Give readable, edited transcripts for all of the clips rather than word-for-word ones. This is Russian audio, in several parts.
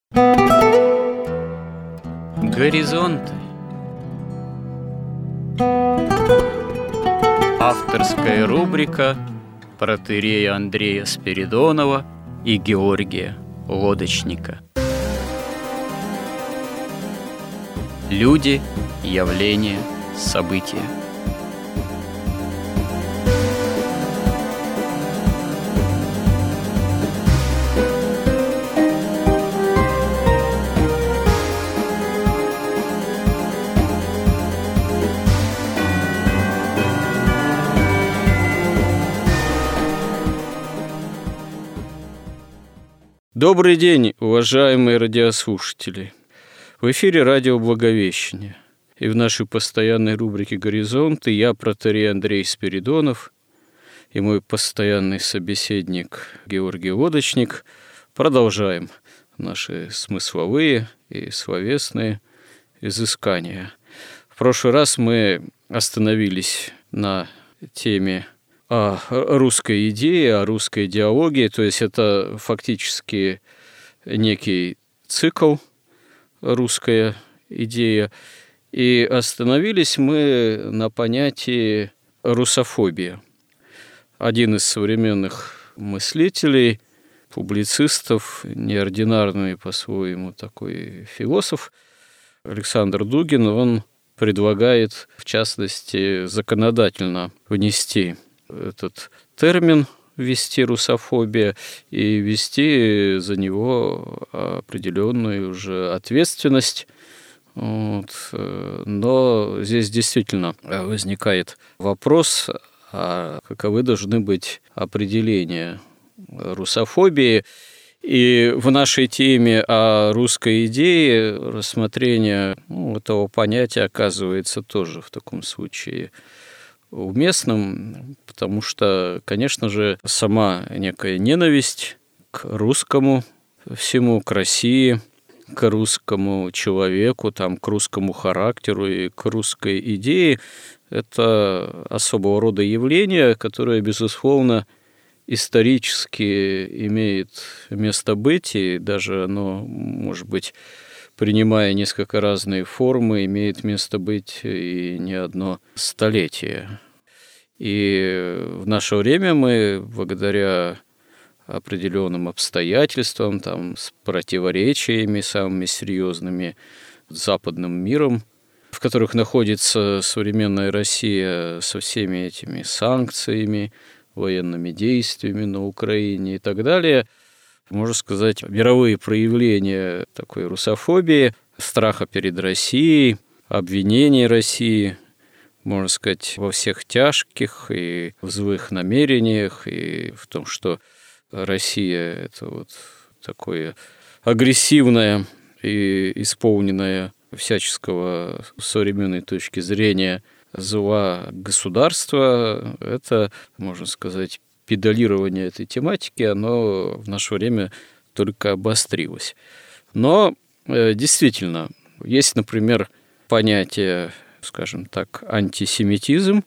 Горизонты. Авторская рубрика протоиерея Андрея Спиридонова и Георгия Лодочника. Люди, явления, события. Добрый день, уважаемые радиослушатели! В эфире радио «Благовещение». И в нашей постоянной рубрике «Горизонты» я, протоиерей Андрей Спиридонов, и мой постоянный собеседник Георгий Лодочник продолжаем наши смысловые и словесные изыскания. В прошлый раз мы остановились на теме о русской идее, о русской идеологии, то есть это фактически некий цикл «Русская идея», и остановились мы на понятии русофобия. Один из современных мыслителей, публицистов, неординарный по-своему такой философ, Александр Дугин, он предлагает, в частности, законодательно внести этот термин, ввести русофобия и ввести за него определенную уже ответственность. Но здесь действительно возникает вопрос, а каковы должны быть определения русофобии. И в нашей теме о русской идее рассмотрение этого понятия оказывается тоже в таком случае уместным, потому что, конечно же, сама некая ненависть к русскому всему, к России, к русскому человеку, к русскому характеру и к русской идее – это особого рода явление, которое, безусловно, исторически имеет место быть, и даже оно, может быть, принимая несколько разные формы, имеет место быть и не одно столетие. И в наше время мы, благодаря определенным обстоятельствам, с противоречиями самыми серьезными с западным миром, в которых находится современная Россия со всеми этими санкциями, военными действиями на Украине и так далее, можно сказать, мировые проявления такой русофобии, страха перед Россией, обвинения России, можно сказать, во всех тяжких и в злых намерениях, и в том, что Россия – это такое агрессивное и исполненное всяческого с современной точки зрения зла государства. Это, можно сказать, педалирование этой тематики, оно в наше время только обострилось. Но действительно, есть, например, понятие, скажем так, антисемитизм,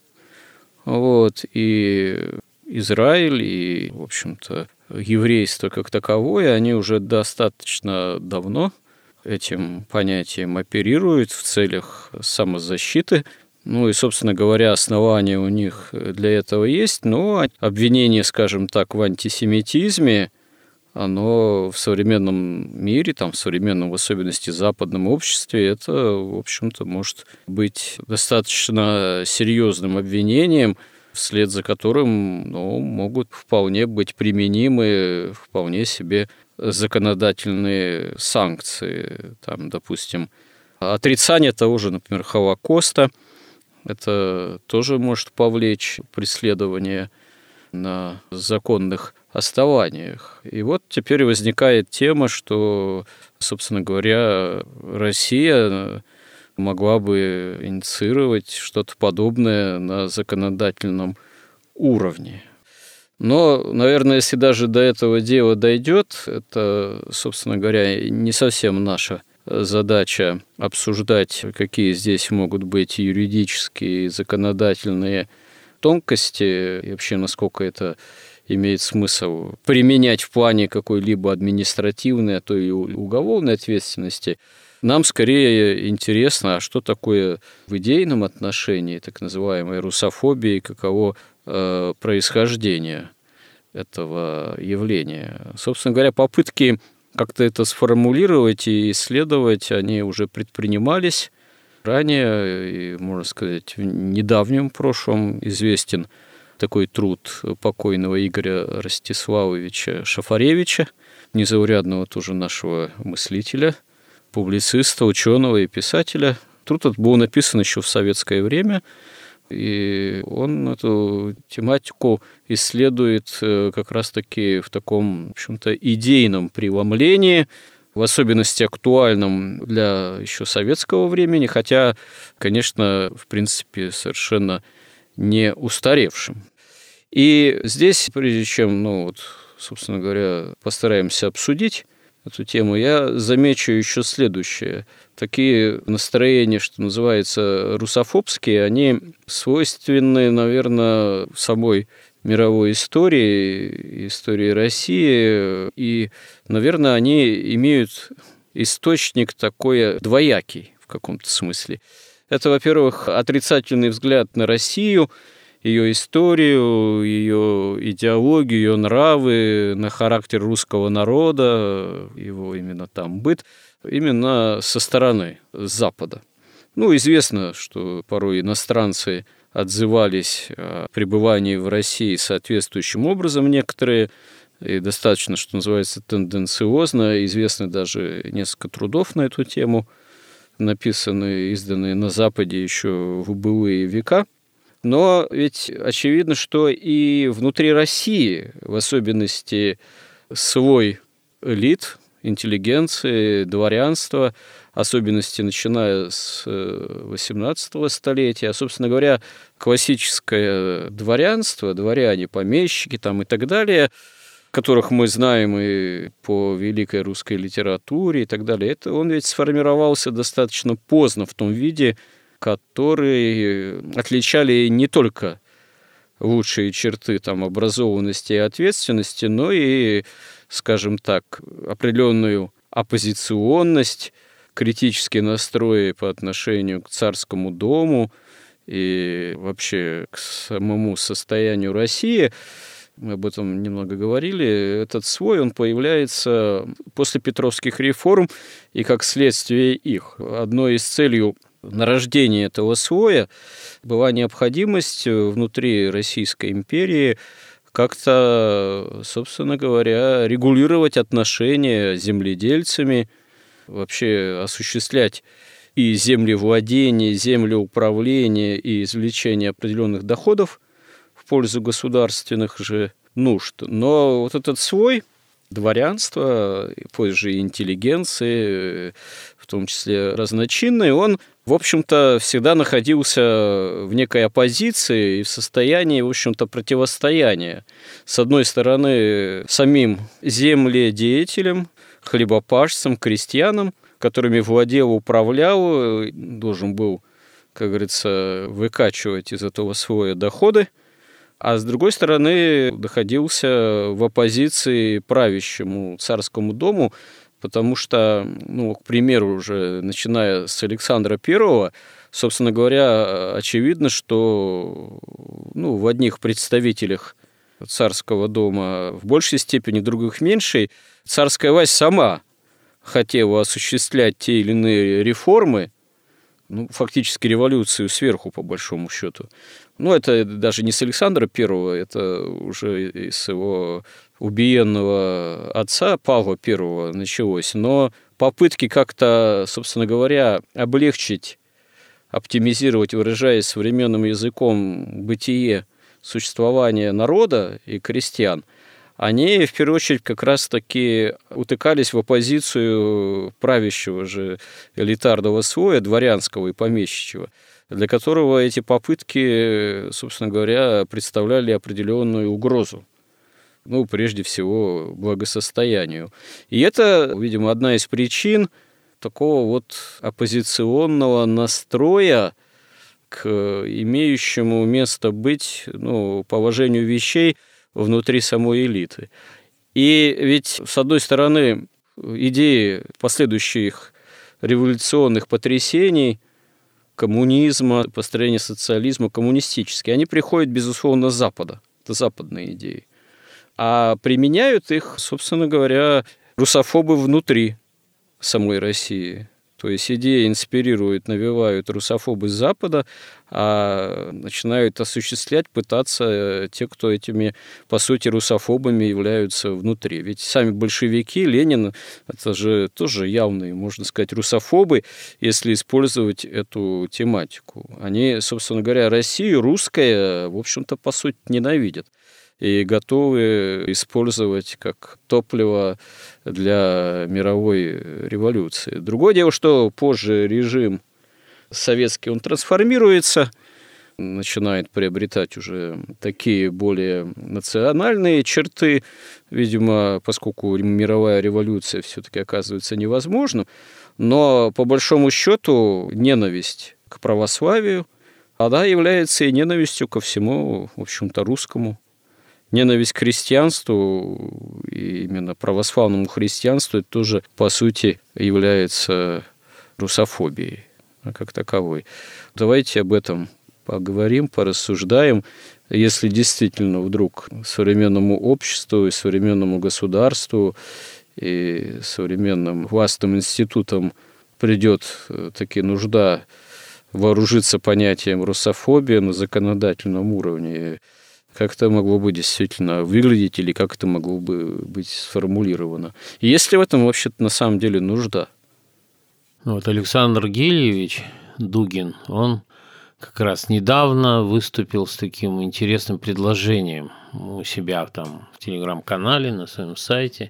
и Израиль, и, в общем-то, еврейство как таковое, они уже достаточно давно этим понятием оперируют в целях самозащиты. И, собственно говоря, основания у них для этого есть, но обвинение, скажем так, в антисемитизме, оно в современном мире, в современном, в особенности западном обществе, это, в общем-то, может быть достаточно серьезным обвинением, вслед за которым могут вполне быть применимы вполне себе законодательные санкции. Допустим, отрицание того же, например, Холокоста, это тоже может повлечь преследование на законных основаниях. И теперь возникает тема, что, собственно говоря, Россия могла бы инициировать что-то подобное на законодательном уровне. Но, наверное, если даже до этого дела дойдет, это, собственно говоря, не совсем наша задача обсуждать, какие здесь могут быть юридические и законодательные тонкости, и вообще, насколько это имеет смысл применять в плане какой-либо административной, а то и уголовной ответственности. Нам скорее интересно, а что такое в идейном отношении так называемой русофобии, каково происхождение этого явления. Собственно говоря, попытки как-то это сформулировать и исследовать, они уже предпринимались ранее, и, можно сказать, в недавнем прошлом известен такой труд покойного Игоря Ростиславовича Шафаревича, незаурядного тоже нашего мыслителя, публициста, ученого и писателя. Труд этот был написан еще в советское время, и он эту тематику исследует как раз-таки в таком, в общем-то, идейном преломлении, в особенности актуальном для еще советского времени, хотя, конечно, в принципе, совершенно не устаревшим. И здесь, прежде чем, собственно говоря, постараемся обсудить эту тему, я замечу еще следующее. Такие настроения, что называется, русофобские, они свойственны, наверное, самой мировой истории России, и, наверное, они имеют источник такой двоякий в каком-то смысле. Это, во-первых, отрицательный взгляд на Россию, ее историю, ее идеологию, ее нравы, на характер русского народа, его именно там быт, именно со стороны, с Запада. Известно, что порой иностранцы отзывались о пребывании в России соответствующим образом некоторые, и достаточно, что называется, тенденциозно. Известны даже несколько трудов на эту тему, написанные, изданные на Западе еще в былые века. Но ведь очевидно, что и внутри России, в особенности слой элит, интеллигенции, дворянства, особенности начиная с XVIII столетия, собственно говоря, классическое дворянство, дворяне, помещики там и так далее, которых мы знаем и по великой русской литературе и так далее, он ведь сформировался достаточно поздно в том виде, которые отличали не только лучшие черты образованности и ответственности, но и, скажем так, определенную оппозиционность, критические настрои по отношению к царскому дому и вообще к самому состоянию России. Мы об этом немного говорили. Этот слой, он появляется после Петровских реформ и как следствие их. Одной из целей нарождения этого слоя была необходимость внутри Российской империи как-то, собственно говоря, регулировать отношения с земледельцами, вообще осуществлять и землевладение, землеуправление, и извлечение определенных доходов в пользу государственных же нужд. Но вот этот слой дворянства, позже интеллигенции, в том числе разночинной, он, в общем-то, всегда находился в некой оппозиции и в состоянии, в общем-то, противостояния. С одной стороны, самим земледеятелям, хлебопашцам, крестьянам, которыми владел, управлял, должен был, как говорится, выкачивать из этого слоя доходы, а с другой стороны, находился в оппозиции правящему царскому дому, потому что, к примеру, уже начиная с Александра I, собственно говоря, очевидно, что в одних представителях царского дома в большей степени, в других меньшей, царская власть сама хотела осуществлять те или иные реформы, фактически революцию сверху, по большому счету. Это даже не с Александра I, это уже с его убиенного отца Павла I началось. Но попытки как-то, собственно говоря, облегчить, оптимизировать, выражаясь современным языком, бытие существования народа и крестьян, они, в первую очередь, как раз-таки утыкались в оппозицию правящего же элитарного слоя, дворянского и помещичьего, для которого эти попытки, собственно говоря, представляли определенную угрозу. Прежде всего, благосостоянию. И это, видимо, одна из причин такого оппозиционного настроя к имеющему место быть, положению вещей внутри самой элиты. И ведь, с одной стороны, идеи последующих революционных потрясений, коммунизма, построения социализма, коммунистические, они приходят, безусловно, с Запада. Это западные идеи. А применяют их, собственно говоря, русофобы внутри самой России. То есть идеи инспирируют, навевают русофобы с Запада, а начинают осуществлять, пытаться те, кто этими, по сути, русофобами являются внутри. Ведь сами большевики, Ленин, это же тоже явные, можно сказать, русофобы, если использовать эту тематику. Они, собственно говоря, Россию, русское, в общем-то, по сути, ненавидят и готовы использовать как топливо для мировой революции. Другое дело, что позже режим советский, он трансформируется, начинает приобретать уже такие более национальные черты, видимо, поскольку мировая революция все-таки оказывается невозможным, но по большому счету ненависть к православию, она является и ненавистью ко всему, в общем-то, русскому. Ненависть к христианству, и именно православному христианству, это тоже, по сути, является русофобией как таковой. Давайте об этом поговорим, порассуждаем. Если действительно вдруг современному обществу и современному государству и современным властным институтам придет таки нужда вооружиться понятием русофобия на законодательном уровне, как это могло бы действительно выглядеть или как это могло бы быть сформулировано. И есть ли в этом вообще-то на самом деле нужда? Вот Александр Гельевич Дугин, он как раз недавно выступил с таким интересным предложением у себя там в телеграм-канале, на своем сайте.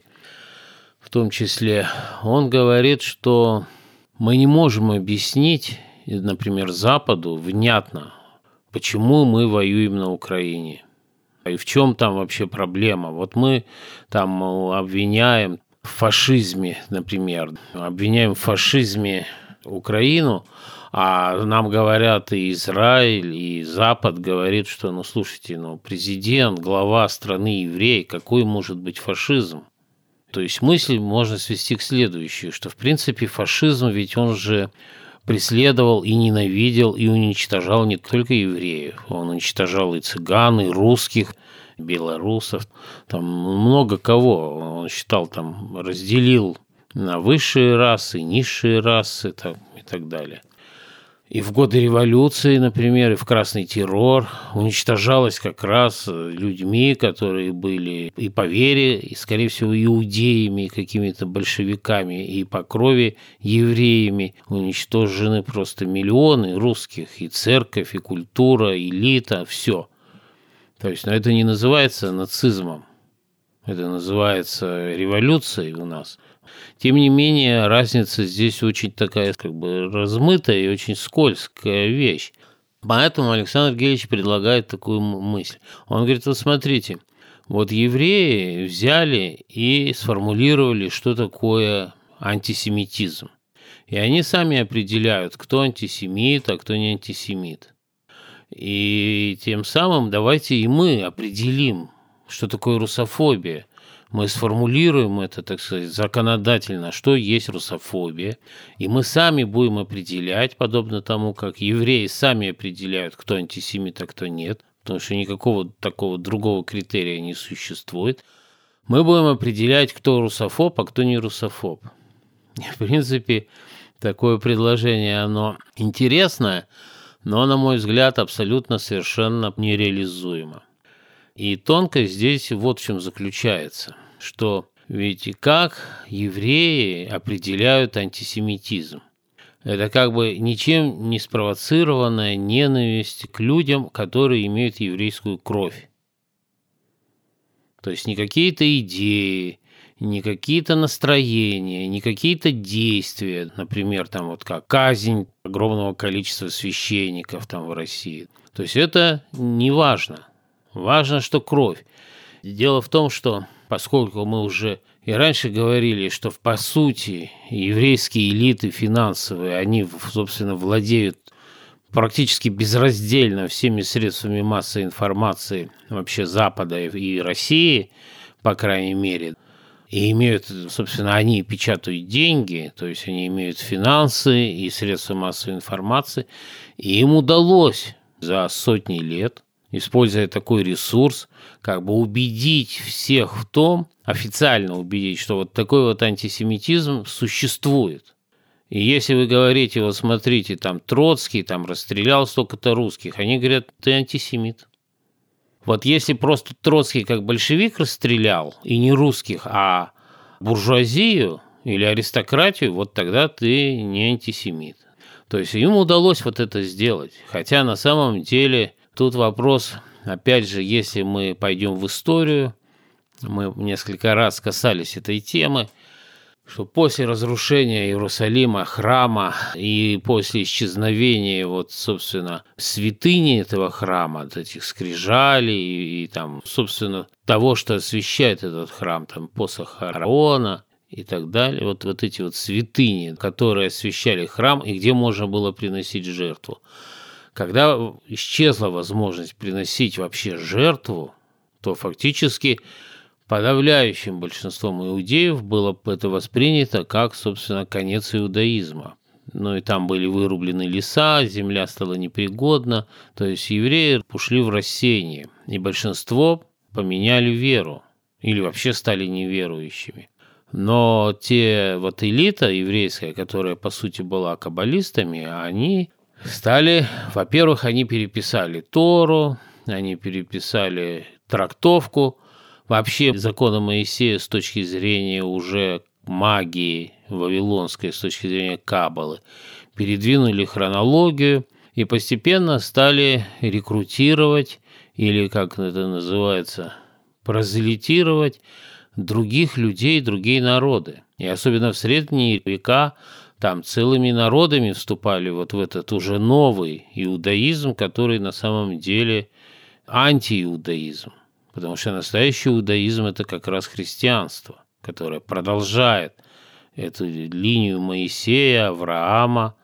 В том числе он говорит, что мы не можем объяснить, например, Западу внятно, почему мы воюем на Украине. И в чем там вообще проблема? Вот мы там обвиняем в фашизме, например, обвиняем в фашизме Украину, а нам говорят и Израиль, и Запад говорит, что, слушайте, президент, глава страны еврей, какой может быть фашизм? То есть мысль можно свести к следующему, что, в принципе, фашизм, ведь он же преследовал и ненавидел, и уничтожал не только евреев. Он уничтожал и цыган, и русских, белорусов, там много кого. Он считал, там разделил на высшие расы, низшие расы и так далее. И в годы революции, например, и в красный террор уничтожалось как раз людьми, которые были и по вере, и, скорее всего, иудеями, и какими-то большевиками, и по крови евреями. Уничтожены просто миллионы русских, и церковь, и культура, элита, все. То есть, это не называется нацизмом, это называется революцией у нас. Тем не менее, разница здесь очень такая, размытая и очень скользкая вещь. Поэтому Александр Гельевич предлагает такую мысль. Он говорит, вот смотрите, вот евреи взяли и сформулировали, что такое антисемитизм. И они сами определяют, кто антисемит, а кто не антисемит. И тем самым давайте и мы определим, что такое русофобия. Мы сформулируем это, так сказать, законодательно, что есть русофобия, и мы сами будем определять, подобно тому, как евреи сами определяют, кто антисемит, а кто нет, потому что никакого такого другого критерия не существует. Мы будем определять, кто русофоб, а кто не русофоб. И, в принципе, такое предложение, оно интересное, но, на мой взгляд, абсолютно совершенно нереализуемо. И тонкость здесь вот в чем заключается, что ведь и как евреи определяют антисемитизм. Это ничем не спровоцированная ненависть к людям, которые имеют еврейскую кровь. То есть не какие-то идеи, не какие-то настроения, не какие-то действия, например, как казнь огромного количества священников в России. То есть это не важно. Важно, что кровь. Дело в том, что поскольку мы уже и раньше говорили, что по сути еврейские элиты финансовые, они, собственно, владеют практически безраздельно всеми средствами массовой информации вообще Запада и России, по крайней мере, и имеют, собственно, они печатают деньги, то есть они имеют финансы и средства массовой информации, и им удалось за сотни лет, используя такой ресурс, как бы убедить всех в том, официально убедить, что вот такой вот антисемитизм существует. И если вы говорите, вот смотрите, там Троцкий там расстрелял столько-то русских, они говорят, ты антисемит. Вот если просто Троцкий как большевик расстрелял, и не русских, а буржуазию или аристократию, вот тогда ты не антисемит. То есть им удалось вот это сделать. Хотя на самом деле тут вопрос, опять же, если мы пойдем в историю, мы несколько раз касались этой темы, что после разрушения Иерусалима, храма и после исчезновения вот, собственно, святыни этого храма, от этих скрижалей и там, собственно, того, что освящает этот храм, там, посох Аарона и так далее, вот эти вот святыни, которые освящали храм и где можно было приносить жертву. Когда исчезла возможность приносить вообще жертву, то фактически подавляющим большинством иудеев было это воспринято как, собственно, конец иудаизма. Ну и там были вырублены леса, земля стала непригодна, то есть евреи ушли в рассеяние, и большинство поменяли веру или вообще стали неверующими. Но те вот элита еврейская, которая по сути была каббалистами, они стали, во-первых, они переписали Тору, они переписали трактовку. Вообще законы Моисея с точки зрения уже магии вавилонской, с точки зрения каббалы, передвинули хронологию и постепенно стали рекрутировать, или, как это называется, прозелитировать других людей, другие народы. И особенно в средние века там целыми народами вступали вот в этот уже новый иудаизм, который на самом деле антииудаизм. Потому что настоящий иудаизм – это как раз христианство, которое продолжает эту линию Моисея, Авраама,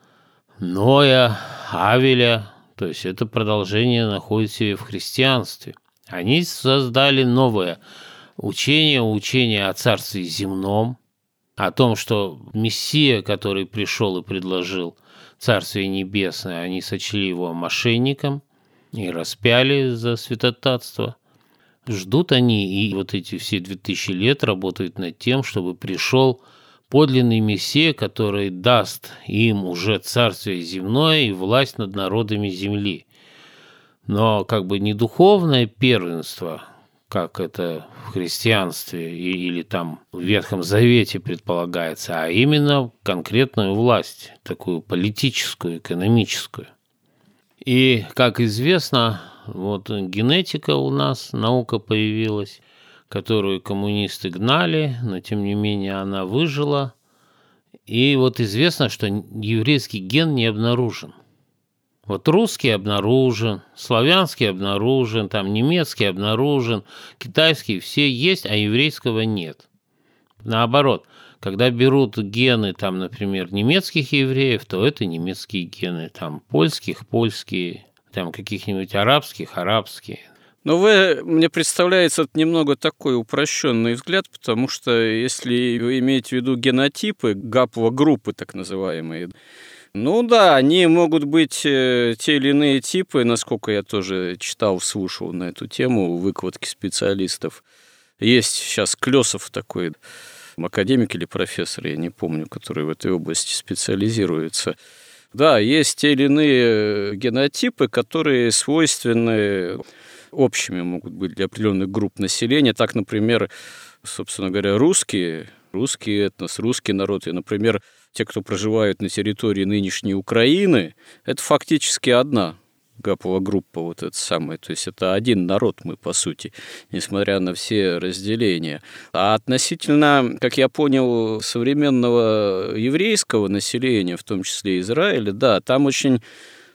Ноя, Авеля. То есть это продолжение находит себе в христианстве. Они создали новое учение о Царстве Земном, о том, что Мессия, который пришел и предложил Царствие Небесное, они сочли его мошенником и распяли за святотатство. Ждут они, и вот эти все 2000 лет работают над тем, чтобы пришел подлинный Мессия, который даст им уже царствие земное и власть над народами земли. Но как бы не духовное первенство, как это в христианстве или там в Ветхом Завете предполагается, а именно конкретную власть, такую политическую, экономическую. И, как известно, вот генетика у нас, наука появилась, которую коммунисты гнали, но тем не менее она выжила. И вот известно, что еврейский ген не обнаружен. Вот русский обнаружен, славянский обнаружен, там немецкий обнаружен, китайский все есть, а еврейского нет. Наоборот, когда берут гены, там, например, немецких евреев, то это немецкие гены, там польских, польские, там каких-нибудь арабских, арабские. Но мне представляется это немного такой упрощенный взгляд, потому что если вы имеете в виду генотипы, гаплогруппы так называемые, ну да, они могут быть те или иные типы, насколько я тоже читал, слушал на эту тему, выкладки специалистов. Есть сейчас Клёсов такой, академик или профессор, я не помню, который в этой области специализируется. Да, есть те или иные генотипы, которые свойственны, общими могут быть для определенных групп населения. Так, например, собственно говоря, русский этнос, русский народ, и, например, те, кто проживают на территории нынешней Украины, это фактически одна гаплогруппа, вот эта самая, то есть это один народ мы, по сути, несмотря на все разделения. А относительно, как я понял, современного еврейского населения, в том числе Израиля, да, там очень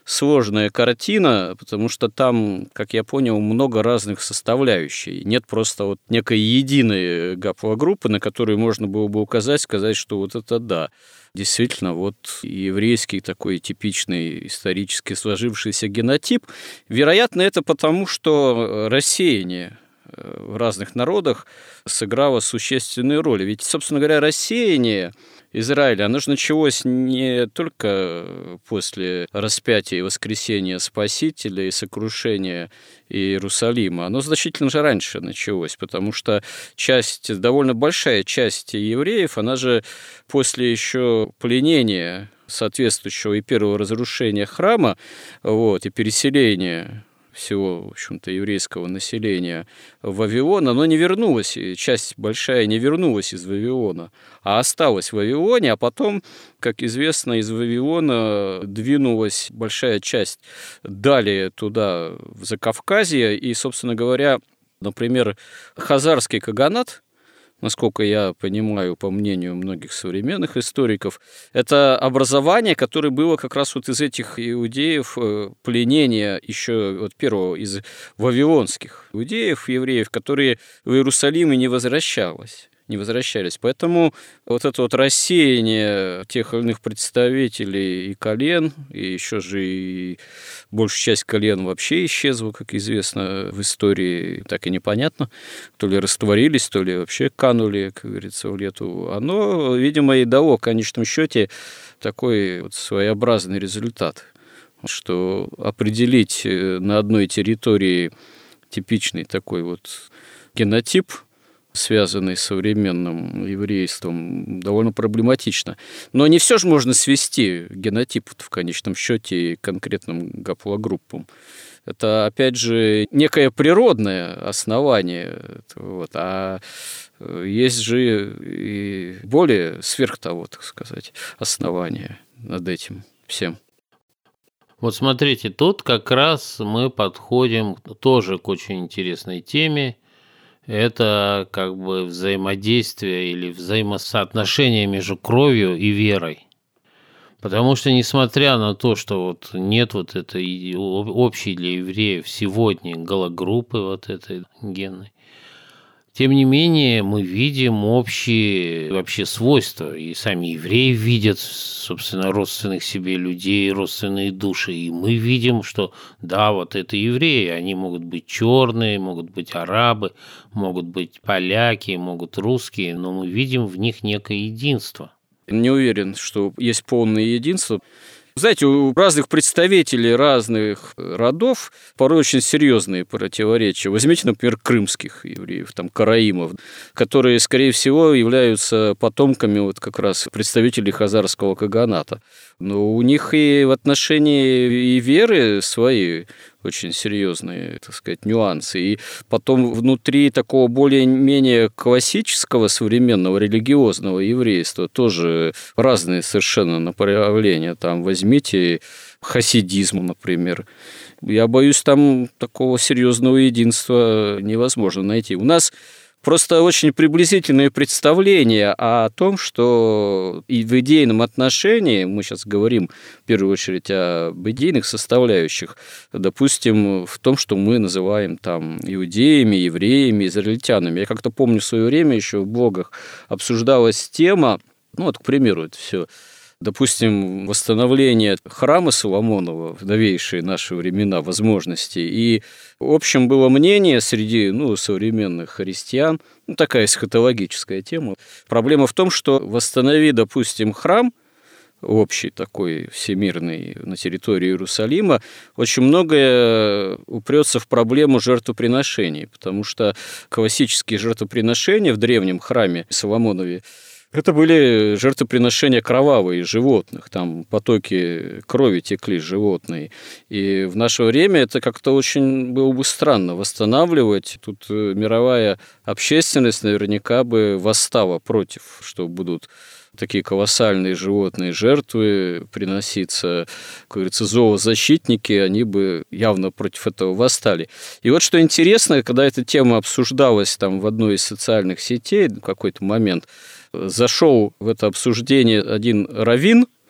сложная картина, потому что там, как я понял, много разных составляющих. Нет просто вот некой единой гаплогруппы, на которую можно было бы указать, сказать, что вот это да. Действительно, вот еврейский такой типичный исторически сложившийся генотип. Вероятно, это потому, что рассеяние в разных народах сыграло существенную роль. Ведь, собственно говоря, рассеяние Израиля, оно же началось не только после распятия и воскресения Спасителя и сокрушения Иерусалима, оно значительно же раньше началось, потому что довольно большая часть евреев, она же после еще пленения соответствующего и первого разрушения храма, и переселения всего, в общем-то, еврейского населения в Вавилон, оно не вернулось, и часть большая не вернулась из Вавилона, а осталась в Вавилоне, а потом, как известно, из Вавилона двинулась большая часть далее туда, в Закавказье, и, собственно говоря, например, хазарский каганат, насколько я понимаю, по мнению многих современных историков, это образование, которое было как раз вот из этих иудеев, пленения еще вот первого из вавилонских иудеев, евреев, которые в Иерусалим и не возвращались. Поэтому вот это вот рассеяние тех или иных представителей и колен, и еще же и большая часть колен вообще исчезла, как известно, в истории, так и непонятно, то ли растворились, то ли вообще канули, как говорится, в лету. Оно, видимо, и дало в конечном счете такой вот своеобразный результат, что определить на одной территории типичный такой вот генотип, связанный с современным еврейством, довольно проблематично. Но не все же можно свести генотип в конечном счете к конкретным гаплогруппам. Это, опять же, некое природное основание. А есть же и более сверх того, так сказать, основания над этим всем. Вот смотрите, тут как раз мы подходим тоже к очень интересной теме. Это как бы взаимодействие или взаимосоотношение между кровью и верой. Потому что, несмотря на то, что вот нет вот этой общей для евреев сегодня галогруппы вот этой генной, тем не менее мы видим общие вообще свойства. И сами евреи видят, собственно, родственных себе людей, родственные души. И мы видим, что да, вот это евреи, они могут быть черные, могут быть арабы, могут быть поляки, могут русские, но мы видим в них некое единство. Не уверен, что есть полное единство. Знаете, у разных представителей разных родов порой очень серьезные противоречия. Возьмите, например, крымских евреев, там, караимов, которые, скорее всего, являются потомками вот как раз представителей хазарского каганата. Но у них и в отношении и веры свои очень серьезные, так сказать, нюансы. И потом внутри такого более-менее классического современного религиозного еврейства тоже разные совершенно направления. Там возьмите хасидизм, например. Я боюсь, там такого серьезного единства невозможно найти. У нас просто очень приблизительное представление о том, что и в идейном отношении, мы сейчас говорим в первую очередь об идейных составляющих, допустим, в том, что мы называем там иудеями, евреями, израильтянами. Я как-то помню в свое время еще в блогах обсуждалась тема, к примеру, это все. Допустим, восстановление храма Соломонова в новейшие наши времена возможности. И, в общем, было мнение среди современных христиан, такая эсхатологическая тема. Проблема в том, что восстанови, допустим, храм, общий такой всемирный на территории Иерусалима, очень многое упрется в проблему жертвоприношений, потому что классические жертвоприношения в древнем храме Соломонове это были жертвоприношения кровавые животных, там потоки крови текли животные. И в наше время это как-то очень было бы странно восстанавливать. Тут мировая общественность наверняка бы восстала против, что будут такие колоссальные животные жертвы приноситься, как говорится, зоозащитники, они бы явно против этого восстали. И вот что интересно, когда эта тема обсуждалась там в одной из социальных сетей в какой-то момент, зашел в это обсуждение один раввин,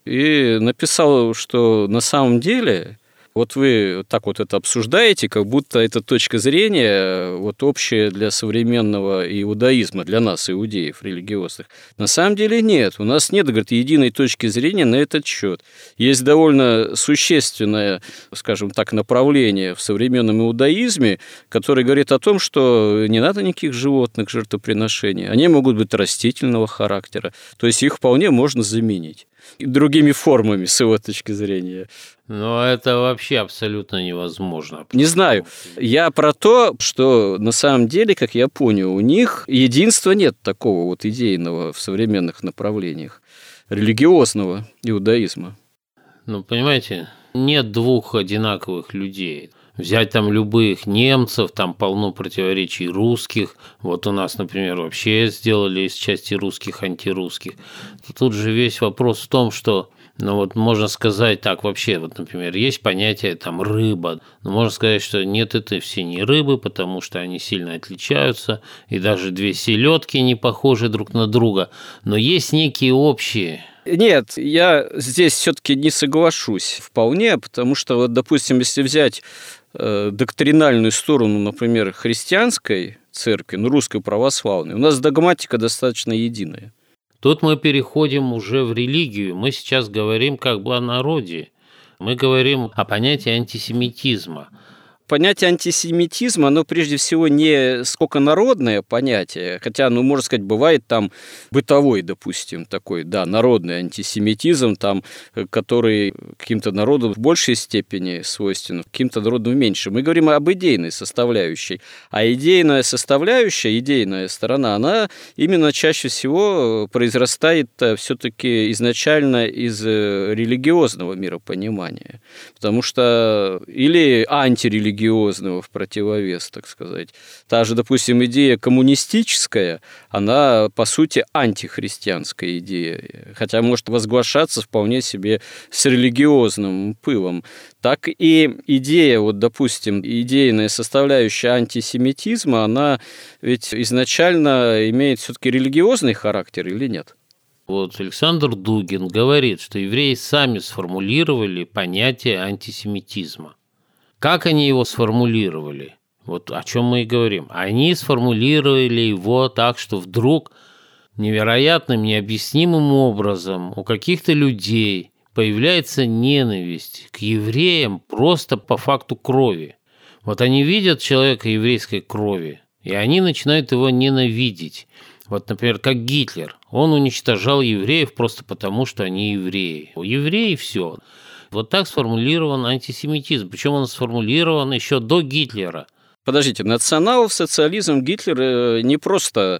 и написал, что на самом деле... Вот вы так вот это обсуждаете, как будто эта точка зрения вот общая для современного иудаизма, для нас, иудеев религиозных. На самом деле нет. У нас нет, говорит, единой точки зрения на этот счет. Есть довольно существенное, скажем так, направление в современном иудаизме, которое говорит о том, что не надо никаких животных жертвоприношений. Они могут быть растительного характера. То есть их вполне можно заменить другими формами, с его точки зрения. Но это вообще абсолютно невозможно. Не знаю. Я про то, что на самом деле, как я понял, у них единства нет такого вот идейного в современных направлениях религиозного иудаизма. Ну, понимаете, нет двух одинаковых людей. Взять там любых немцев, там полно противоречий русских. Вот у нас, например, вообще сделали из части русских антирусских. Тут же весь вопрос в том, что, ну вот можно сказать так вообще, вот, например, есть понятие там рыба. Но можно сказать, что нет, это все не рыбы, потому что они сильно отличаются, и даже две селедки не похожи друг на друга. Но есть некие общие. Нет, я здесь все-таки не соглашусь вполне, потому что, вот, допустим, если взять доктринальную сторону, например, христианской церкви, ну, русской православной, у нас догматика достаточно единая. Тут мы переходим уже в религию. Мы сейчас говорим как бы о народе. Мы говорим о понятии антисемитизма. Понятие антисемитизма, оно прежде всего не сколько народное понятие, хотя, ну, можно сказать, бывает там бытовой, допустим, такой, да, народный антисемитизм, там, который каким-то народам в большей степени свойствен, каким-то народам в меньшей. Мы говорим об идейной составляющей, а идейная составляющая, идейная сторона, она именно чаще всего произрастает все-таки изначально из религиозного миропонимания, потому что или антирелигиозного в противовес, так сказать. Та же, допустим, идея коммунистическая, она, по сути, антихристианская идея, хотя может возглашаться вполне себе с религиозным пылом. Так и идея, вот, допустим, идейная составляющая антисемитизма, она ведь изначально имеет все-таки религиозный характер или нет? Вот Александр Дугин говорит, что евреи сами сформулировали понятие антисемитизма. Как они его сформулировали? Вот о чем мы и говорим. Они сформулировали его так, что вдруг невероятным, необъяснимым образом у каких-то людей появляется ненависть к евреям просто по факту крови. Вот они видят человека еврейской крови, и они начинают его ненавидеть. Вот, например, как Гитлер. Он уничтожал евреев просто потому, что они евреи. У евреев все. Вот так сформулирован антисемитизм. Причем он сформулирован еще до Гитлера. Подождите, национал-социализм Гитлер не просто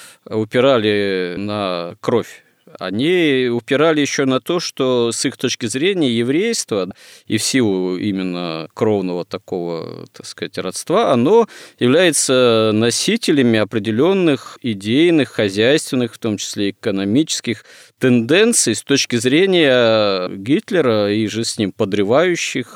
упирали на кровь. Они упирали еще на то, что с их точки зрения еврейство, и в силу именно кровного такого, так сказать, родства, оно является носителями определенных идейных, хозяйственных, в том числе экономических тенденций с точки зрения Гитлера и же с ним подрывающих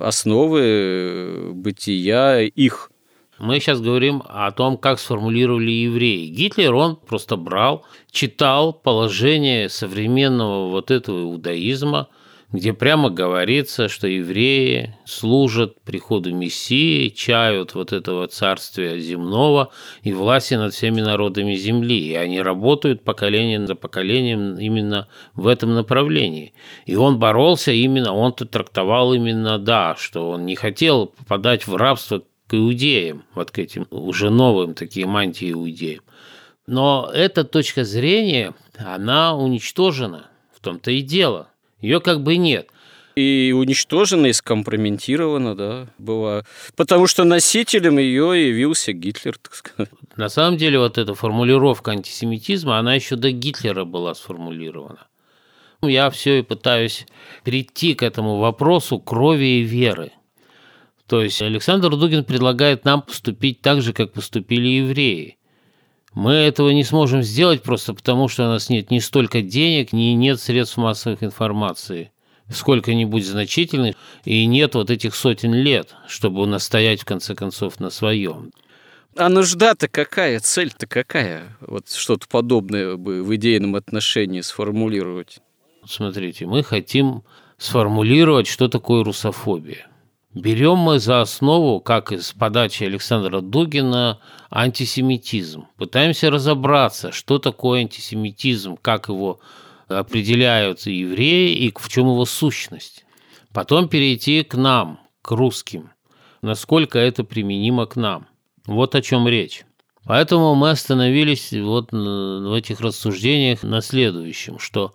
основы бытия их. Мы сейчас говорим о том, как сформулировали евреи. Гитлер, он просто брал, читал положение современного вот этого иудаизма, где прямо говорится, что евреи служат приходу Мессии, чают вот этого царствия земного и власти над всеми народами земли. И они работают поколение за поколением именно в этом направлении. И он боролся именно, он-то трактовал именно, да, что он не хотел попадать в рабство к иудеям, вот к этим уже новым таким антииудеям. Но эта точка зрения, она уничтожена, в том-то и дело. Ее как бы нет. И уничтожена, и скомпрометирована, да, была. Потому что носителем ее явился Гитлер, так сказать. На самом деле вот эта формулировка антисемитизма, она еще до Гитлера была сформулирована. Я все и пытаюсь прийти к этому вопросу крови и веры. То есть Александр Дугин предлагает нам поступить так же, как поступили евреи. Мы этого не сможем сделать просто потому, что у нас нет ни столько денег, ни нет средств массовой информации, сколько-нибудь значительных, и нет вот этих сотен лет, чтобы настоять в конце концов на своем. А нужда-то какая, цель-то какая? Вот что-то подобное бы в идейном отношении сформулировать. Смотрите, мы хотим сформулировать, что такое русофобия. Берем мы за основу, как из подачи Александра Дугина, антисемитизм. Пытаемся разобраться, что такое антисемитизм, как его определяют евреи и в чем его сущность. Потом перейти к нам, к русским, насколько это применимо к нам. Вот о чем речь. Поэтому мы остановились вот в этих рассуждениях на следующем, что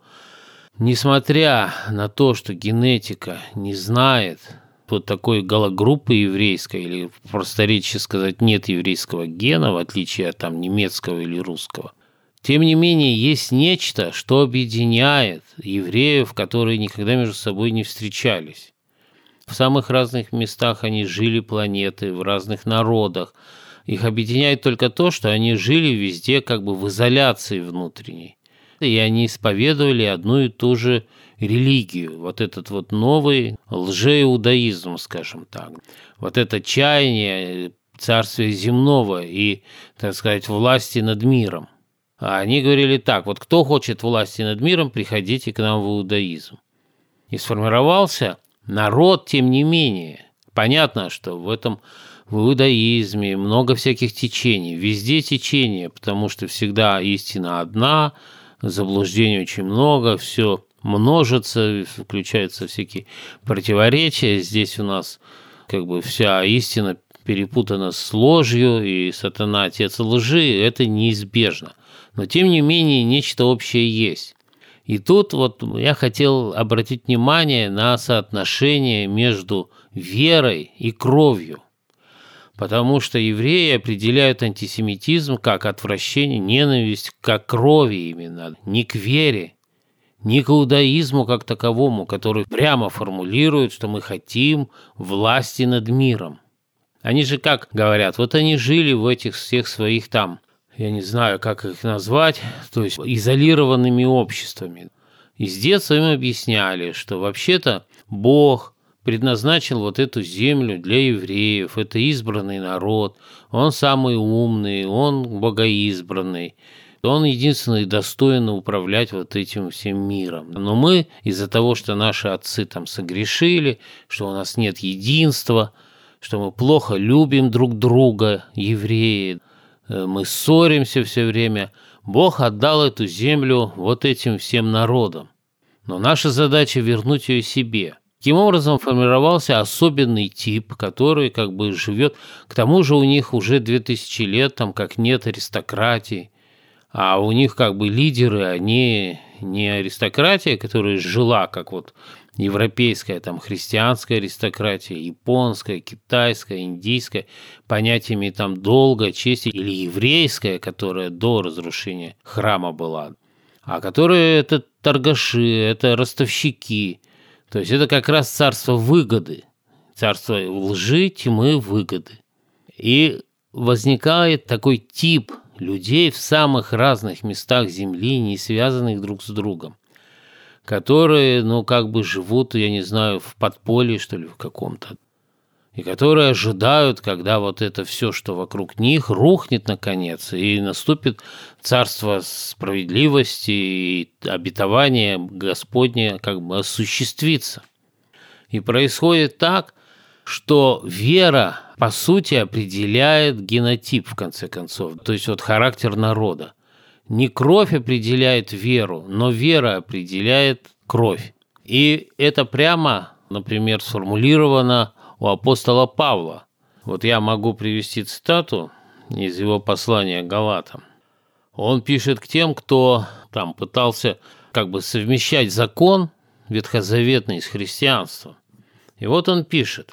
несмотря на то, что генетика не знает вот такой галогруппы еврейской, или просторечие сказать, нет еврейского гена, в отличие от там немецкого или русского, тем не менее есть нечто, что объединяет евреев, которые никогда между собой не встречались. В самых разных местах они жили планеты, в разных народах. Их объединяет только то, что они жили везде как бы в изоляции внутренней. И они исповедовали одну и ту же религию. Вот этот вот новый лжеиудаизм, скажем так. Вот это чаяние царствия земного и, так сказать, власти над миром. А они говорили так: вот кто хочет власти над миром, приходите к нам в иудаизм. И сформировался народ, тем не менее. Понятно, что в иудаизме много всяких течений, везде течения, потому что всегда истина одна, заблуждений очень много, все множится, включаются всякие противоречия. Здесь у нас как бы вся истина перепутана с ложью, и сатана – отец лжи, это неизбежно. Но тем не менее нечто общее есть. И тут вот я хотел обратить внимание на соотношение между верой и кровью. Потому что евреи определяют антисемитизм как отвращение, ненависть к крови именно, не к вере, не к иудаизму как таковому, который прямо формулирует, что мы хотим власти над миром. Они же как говорят, вот они жили в этих всех своих там, я не знаю, как их назвать, то есть изолированными обществами. И с детства им объясняли, что вообще-то Бог предназначил вот эту землю для евреев, это избранный народ, он самый умный, он богоизбранный, он единственный достоин управлять вот этим всем миром. Но мы из-за того, что наши отцы там согрешили, что у нас нет единства, что мы плохо любим друг друга, евреи, мы ссоримся все время, Бог отдал эту землю вот этим всем народам. Но наша задача вернуть ее себе. Таким образом формировался особенный тип, который как бы живет. К тому же у них уже 2000 лет, там как нет аристократии, а у них как бы лидеры, они не аристократия, которая жила как вот европейская, там христианская аристократия, японская, китайская, индийская, понятиями там долга, чести, или еврейская, которая до разрушения храма была, а которые это торгаши, это ростовщики. То есть это как раз царство выгоды, царство лжи, тьмы, выгоды. И возникает такой тип людей в самых разных местах Земли, не связанных друг с другом, которые, как бы живут, я не знаю, в подполье, что ли, в каком-то, и которые ожидают, когда вот это все, что вокруг них, рухнет наконец, и наступит царство справедливости, и обетование Господне как бы осуществится. И происходит так, что вера, по сути, определяет генотип, в конце концов, то есть вот характер народа. Не кровь определяет веру, но вера определяет кровь. И это прямо, например, сформулировано у апостола Павла. Вот я могу привести цитату из его послания к Галатам. Он пишет к тем, кто там пытался как бы совмещать закон ветхозаветный с христианством. И вот он пишет: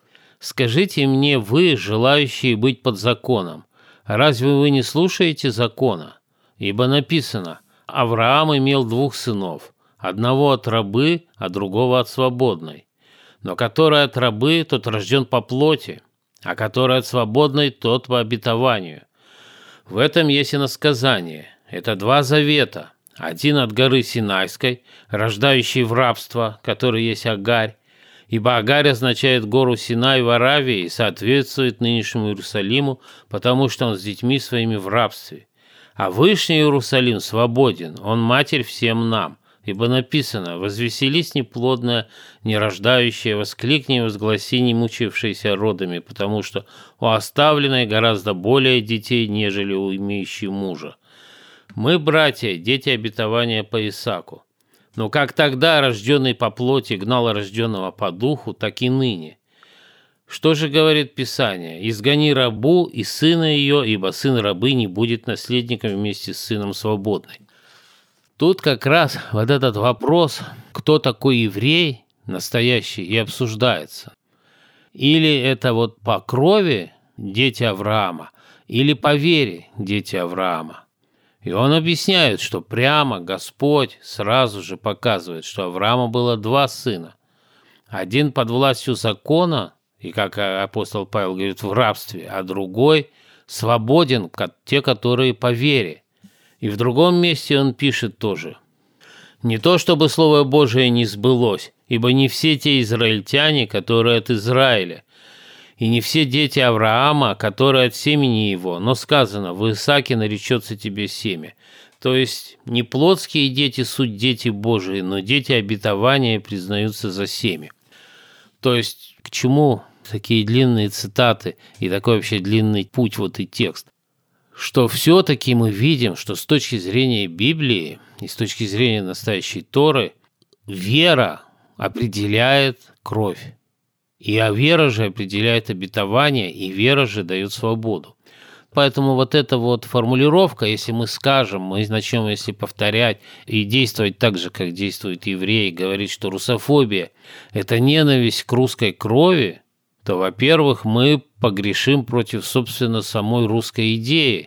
«Скажите мне, вы, желающие быть под законом, разве вы не слушаете закона? Ибо написано: Авраам имел 2 сынов, одного от рабы, а другого от свободной. Но который от рабы, тот рожден по плоти, а который от свободной, тот по обетованию. В этом есть иносказание. Это 2 завета. Один от горы Синайской, рождающий в рабство, который есть Агарь, ибо Агарь означает гору Синай в Аравии и соответствует нынешнему Иерусалиму, потому что он с детьми своими в рабстве. А Вышний Иерусалим свободен, он матерь всем нам, Ибо написано: «Возвеселись неплодная, нерождающая, воскликни, возгласи, не мучившиеся родами, потому что у оставленной гораздо более детей, нежели у имеющей мужа». Мы, братья, дети обетования по Исааку. Но как тогда рожденный по плоти гнал рожденного по духу, так и ныне. Что же говорит Писание? «Изгони рабу и сына ее, ибо сын рабы не будет наследником вместе с сыном свободной». Тут как раз вот этот вопрос, кто такой еврей настоящий, и обсуждается. Или это вот по крови дети Авраама, или по вере дети Авраама. И он объясняет, что прямо Господь сразу же показывает, что Авраама было два сына. Один под властью закона, и, как апостол Павел говорит, в рабстве, а другой свободен, как те, которые по вере. И в другом месте он пишет тоже: «Не то, чтобы Слово Божие не сбылось, ибо не все те израильтяне, которые от Израиля, и не все дети Авраама, которые от семени его, но сказано: в Исааке наречется тебе семя». То есть не плотские дети суть дети Божии, но дети обетования признаются за семя. То есть к чему такие длинные цитаты и такой вообще длинный путь вот и текст? Что все-таки мы видим, что с точки зрения Библии и с точки зрения настоящей Торы вера определяет кровь. И вера же определяет обетование, и вера же дает свободу. Поэтому вот эта вот формулировка, если мы скажем, мы начнем, если повторять и действовать так же, как действуют евреи, говорить, что русофобия – это ненависть к русской крови, то, во-первых, мы погрешим против, собственно, самой русской идеи,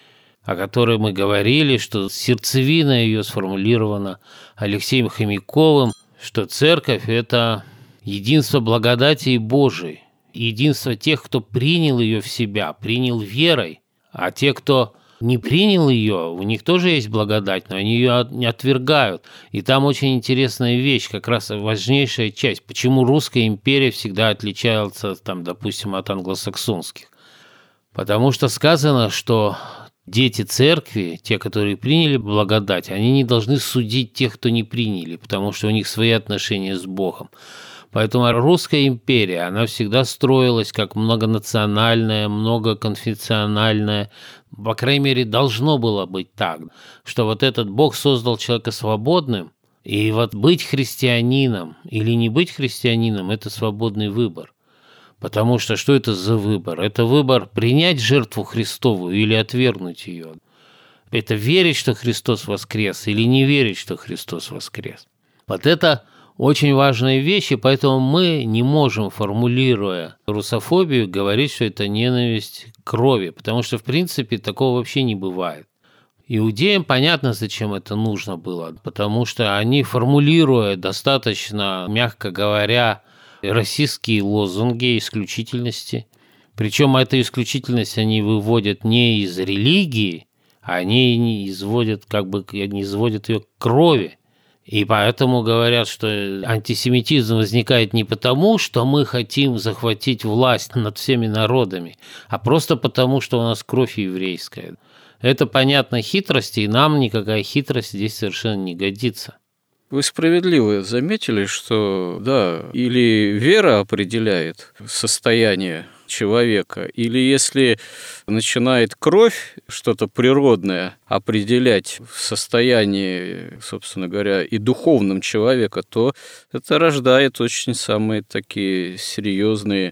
о которой мы говорили, что сердцевина ее сформулирована Алексеем Хомяковым, что церковь – это единство благодати Божией, единство тех, кто принял ее в себя, принял верой, а те, кто не принял ее, у них тоже есть благодать, но они ее не отвергают. И там очень интересная вещь, как раз важнейшая часть, почему русская империя всегда отличается, там, допустим, от англосаксонских. Потому что сказано, что дети церкви, те, которые приняли благодать, они не должны судить тех, кто не приняли, потому что у них свои отношения с Богом. Поэтому русская империя, она всегда строилась как многонациональная, многоконфессиональная. По крайней мере, должно было быть так, что вот этот Бог создал человека свободным, и вот быть христианином или не быть христианином – это свободный выбор. Потому что это за выбор? Это выбор принять жертву Христову или отвергнуть ее. Это верить, что Христос воскрес, или не верить, что Христос воскрес. Вот это очень важная вещь, и поэтому мы не можем, формулируя русофобию, говорить, что это ненависть к крови, потому что, в принципе, такого вообще не бывает. Иудеям понятно, зачем это нужно было, потому что они, формулируя достаточно, мягко говоря, российские лозунги исключительности, причем эту исключительность они выводят не из религии, они не изводят, не изводят ее к крови. И поэтому говорят, что антисемитизм возникает не потому, что мы хотим захватить власть над всеми народами, а просто потому, что у нас кровь еврейская. Это, понятно, хитрость, и нам никакая хитрость здесь совершенно не годится. Вы справедливо заметили, что, да, или вера определяет состояние человека, или если начинает кровь, что-то природное, определять в состоянии, собственно говоря, и духовном человека, то это рождает очень самые такие серьезные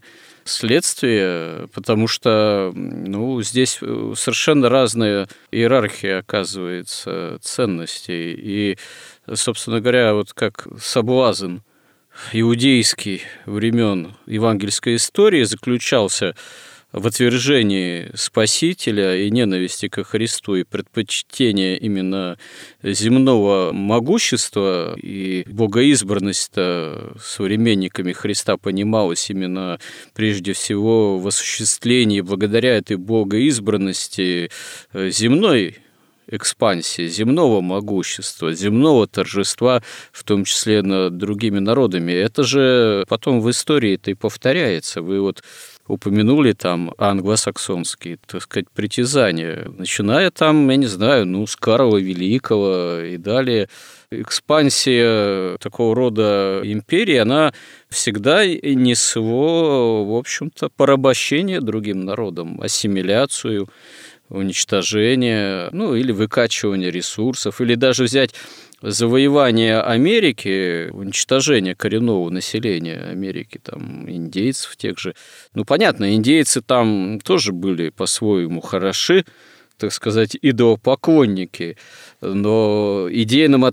следствия, потому что здесь совершенно разная иерархия, оказывается, ценностей. И, собственно говоря, вот как соблазн иудейский времен евангельской истории заключался в отвержении Спасителя и ненависти ко Христу и предпочтении именно земного могущества, и богоизбранность-то современниками Христа понималась именно прежде всего в осуществлении благодаря этой богоизбранности земной экспансии, земного могущества, земного торжества, в том числе над другими народами. Это же потом в истории это и повторяется. Вы вот упомянули там англосаксонские, так сказать, притязания, начиная там, я не знаю, с Карла Великого и далее. Экспансия такого рода империи, она всегда несло, в общем-то, порабощение другим народам, ассимиляцию, уничтожение, или выкачивание ресурсов, или даже взять завоевание Америки, уничтожение коренного населения Америки, там, индейцев тех же. Понятно, индейцы там тоже были по-своему хороши, так сказать, идолопоклонники, но идейном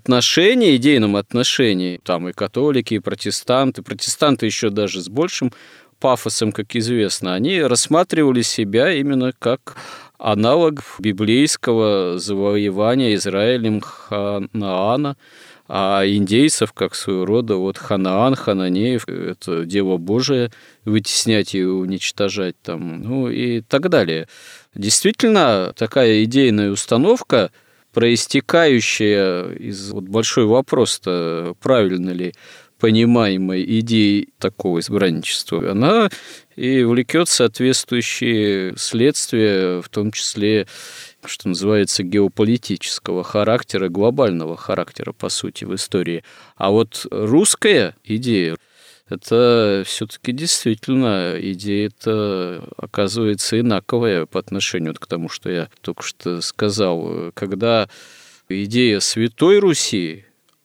отношении там и католики, и протестанты еще даже с большим пафосом, как известно, они рассматривали себя именно как аналог библейского завоевания Израилем Ханаана, а индейцев как своего рода Ханаан, Хананеев, это Дева Божие, вытеснять и уничтожать там, и так далее. Действительно, такая идейная установка, проистекающая из большой вопрос-то, правильно ли понимаемой идеи такого избранничества, она и влекет соответствующие следствия, в том числе, что называется, геополитического характера, глобального характера, по сути, в истории. А русская идея, это все-таки действительно идея-то оказывается инаковая по отношению к тому, что я только что сказал. Когда идея Святой Руси,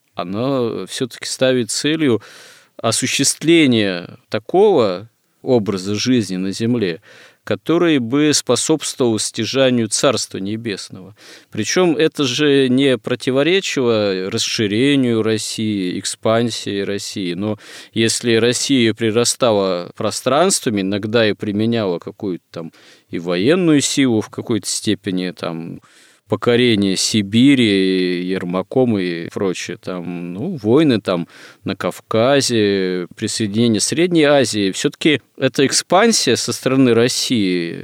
она все-таки ставит целью осуществления такого образа жизни на земле, который бы способствовал стяжанию Царства Небесного. Причем это же не противоречило расширению России, экспансии России. Но если Россия прирастала пространствами, иногда и применяла какую-то там и военную силу в какой-то степени, там, покорение Сибири Ермаком и прочее, там, войны там на Кавказе, присоединение Средней Азии, все-таки эта экспансия со стороны России,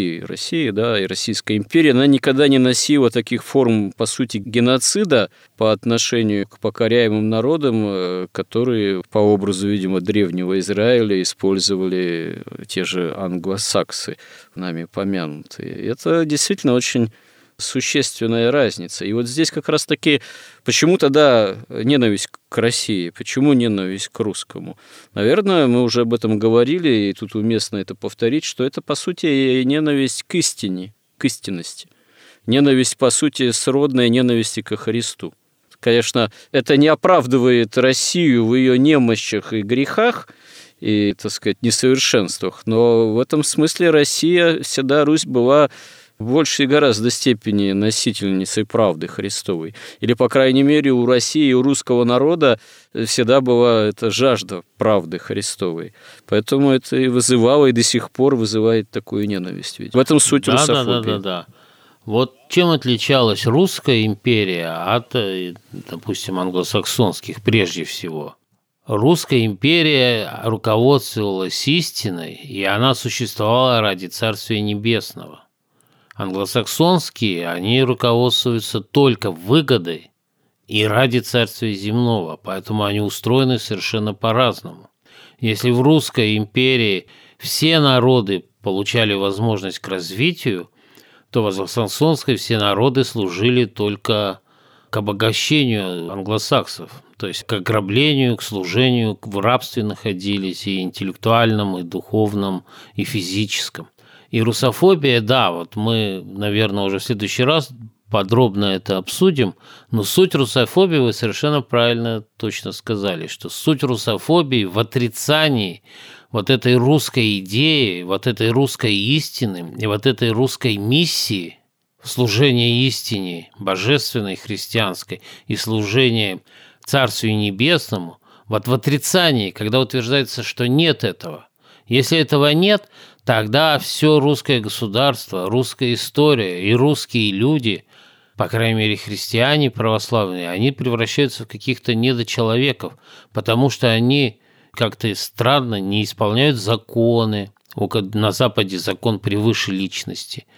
да, и Российской империи, она никогда не носила таких форм, по сути, геноцида по отношению к покоряемым народам, которые по образу, видимо, древнего Израиля использовали те же англосаксы, нами помянутые. Это действительно очень существенная разница. И здесь как раз-таки почему тогда ненависть к России, почему ненависть к русскому? Наверное, мы уже об этом говорили, и тут уместно это повторить, что это, по сути, ненависть к истине, к истинности. Ненависть, по сути, сродная ненависти ко Христу. Конечно, это не оправдывает Россию в ее немощах и грехах, и, так сказать, несовершенствах, но в этом смысле Россия, всегда Русь была в большей гораздо степени носительницей правды Христовой. Или, по крайней мере, у России и у русского народа всегда была эта жажда правды Христовой. Поэтому это и вызывало, и до сих пор вызывает такую ненависть. Ведь в этом суть русофобии. Да. Чем отличалась русская империя от, допустим, англосаксонских прежде всего? Русская империя руководствовалась истиной, и она существовала ради Царствия Небесного. Англосаксонские, они руководствуются только выгодой и ради Царствия Земного, поэтому они устроены совершенно по-разному. Если в Русской империи все народы получали возможность к развитию, то в англосаксонской все народы служили только к обогащению англосаксов, то есть к ограблению, к служению, в рабстве находились и интеллектуальном, и духовном, и физическом. И русофобия, да, мы, наверное, уже в следующий раз подробно это обсудим, но суть русофобии вы совершенно правильно точно сказали, что суть русофобии в отрицании этой русской идеи, этой русской истины и этой русской миссии служения истине, божественной, христианской, и служения Царствию Небесному, в отрицании, когда утверждается, что нет этого. Если этого нет, тогда все русское государство, русская история и русские люди, по крайней мере христиане православные, они превращаются в каких-то недочеловеков, потому что они как-то странно не исполняют законы. На Западе закон превыше личности.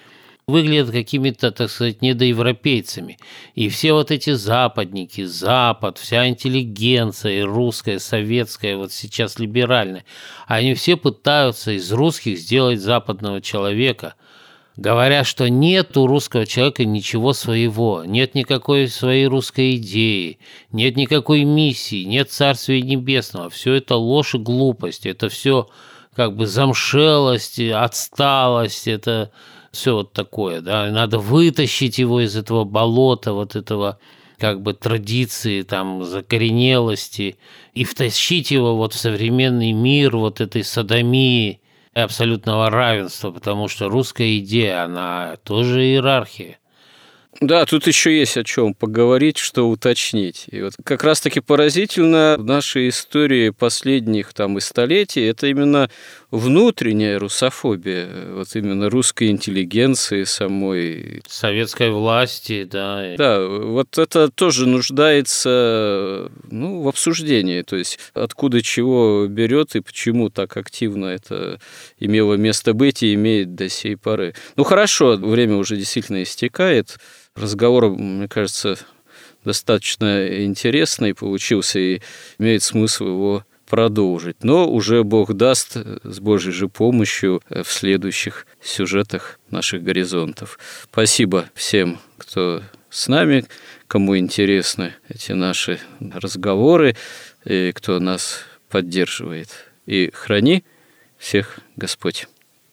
выглядят какими-то, так сказать, недоевропейцами. И все вот эти западники, Запад, вся интеллигенция, и русская, советская, вот сейчас либеральная, они все пытаются из русских сделать западного человека, говоря, что нет у русского человека ничего своего, нет никакой своей русской идеи, нет никакой миссии, нет Царствия Небесного. Все это ложь и глупость, это все как бы замшелость, отсталость, это все вот такое, да, надо вытащить его из этого болота, вот этого как бы традиции, там, закоренелости, и втащить его вот в современный мир вот этой содомии и абсолютного равенства, потому что русская идея, она тоже иерархия. Да, тут еще есть о чем поговорить, что уточнить. И вот как раз-таки поразительно в нашей истории последних там и столетий это именно внутренняя русофобия, вот именно русской интеллигенции самой. Советской власти, да. Да, вот это тоже нуждается в обсуждении, то есть откуда чего берет и почему так активно это имело место быть и имеет до сей поры. Ну хорошо, время уже действительно истекает. Разговор, мне кажется, достаточно интересный получился, и имеет смысл его продолжить. Но уже Бог даст, с Божьей же помощью, в следующих сюжетах наших горизонтов. Спасибо всем, кто с нами, кому интересны эти наши разговоры, и кто нас поддерживает. И храни всех Господь.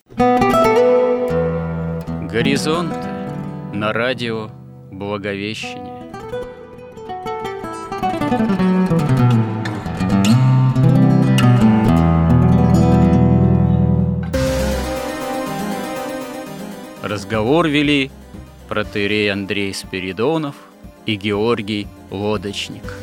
Горизонт на радио Благовещение. Разговор вели протоиерей Андрей Спиридонов и Георгий Лодочник.